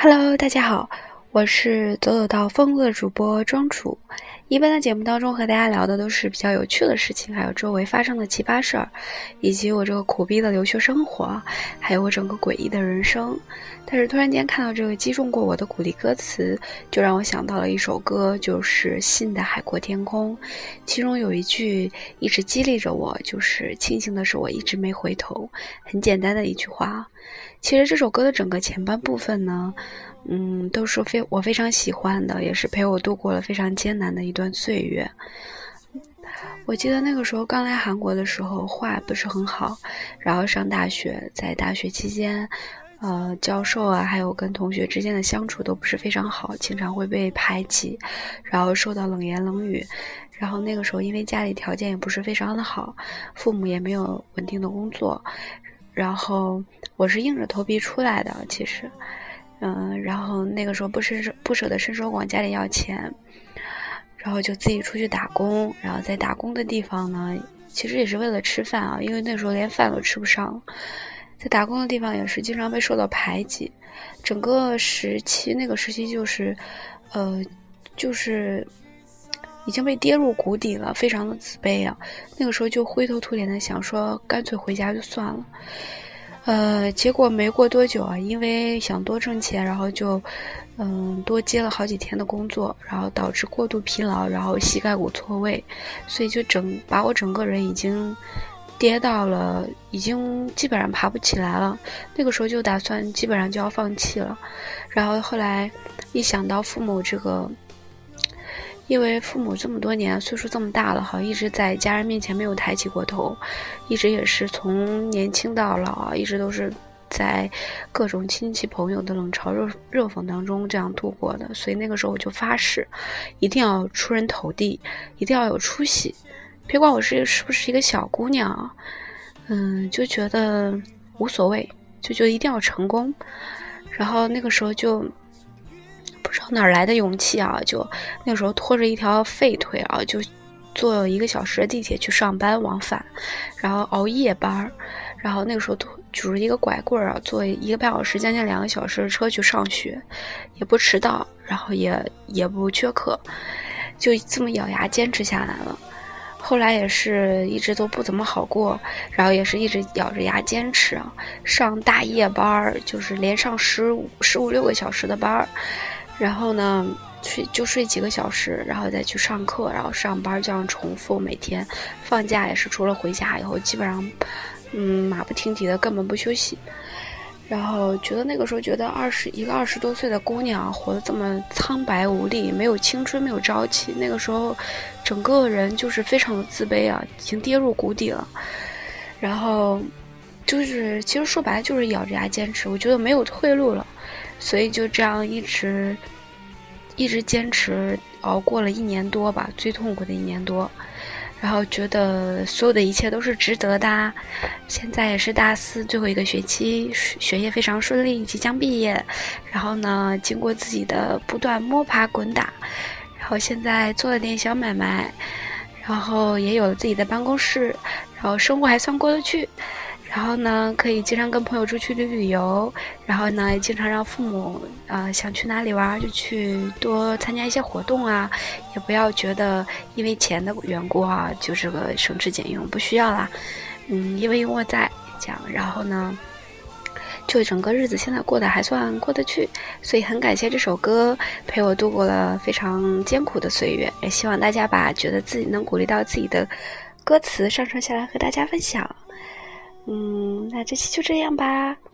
Hello，大家好，我是走走到疯的主播庄主。一般的节目当中和大家聊的都是比较有趣的事情，还有周围发生的奇葩事儿，以及我这个苦逼的留学生活，还有我整个诡异的人生。但是突然间看到这个击中过我的鼓励歌词，就让我想到了一首歌，就是信的海阔天空。其中有一句一直激励着我，就是庆幸的是我一直没回头。很简单的一句话。其实这首歌的整个前半部分呢，都是我非常喜欢的，也是陪我度过了非常艰难的一段岁月。我记得那个时候刚来韩国的时候，话不是很好，然后上大学，在大学期间，教授啊，还有跟同学之间的相处都不是非常好，经常会被排挤，然后受到冷言冷语。然后那个时候因为家里条件也不是非常的好，父母也没有稳定的工作，然后我是硬着头皮出来的，其实，然后那个时候不舍得伸手管家里要钱，然后就自己出去打工，然后在打工的地方呢，其实也是为了吃饭啊，因为那时候连饭都吃不上，在打工的地方也是经常被受到排挤，整个那个时期就是已经被跌入谷底了，非常的自卑啊。那个时候就灰头土脸的想说，干脆回家就算了。结果没过多久啊，因为想多挣钱，然后就多接了好几天的工作，然后导致过度疲劳，然后膝盖骨错位，所以就把我整个人已经跌到了，已经基本上爬不起来了。那个时候就打算基本上就要放弃了。然后后来一想到父母这个，因为父母这么多年岁数这么大了哈，一直在家人面前没有抬起过头，一直也是从年轻到老，一直都是在各种亲戚朋友的冷嘲热讽当中这样度过的。所以那个时候我就发誓，一定要出人头地，一定要有出息，别管我是不是一个小姑娘，就觉得无所谓，就觉得一定要成功。然后那个时候就不知道哪儿来的勇气啊，就那个时候拖着一条废腿啊，就坐1个小时的地铁去上班往返，然后熬夜班，然后那个时候拄着一个拐棍啊，坐1个半小时将近2个小时的车去上学，也不迟到，然后也不缺课，就这么咬牙坚持下来了。后来也是一直都不怎么好过，然后也是一直咬着牙坚持啊，上大夜班，就是连上15、16个小时的班，然后呢就睡几个小时，然后再去上课，然后上班，这样重复每天。放假也是除了回家以后基本上马不停蹄的，根本不休息。然后觉得那个时候觉得一个20多岁的姑娘活得这么苍白无力，没有青春，没有朝气，那个时候整个人就是非常的自卑啊，已经跌入谷底了。然后就是其实说白了就是咬着牙坚持，我觉得没有退路了，所以就这样一直坚持熬过了1年多吧，最痛苦的1年多。然后觉得所有的一切都是值得的，现在也是大4最后1个学期，学业非常顺利，即将毕业。然后呢，经过自己的不断摸爬滚打，然后现在做了点小买卖，然后也有了自己的办公室，然后生活还算过得去。然后呢，可以经常跟朋友出去旅游，然后呢，也经常让父母想去哪里玩就去多参加一些活动啊，也不要觉得因为钱的缘故啊，就这个省吃俭用，不需要啦。因为有我在这样，然后呢，就整个日子现在过得还算过得去，所以很感谢这首歌陪我度过了非常艰苦的岁月，也希望大家觉得自己能鼓励到自己的歌词上传下来和大家分享。那这期就这样吧，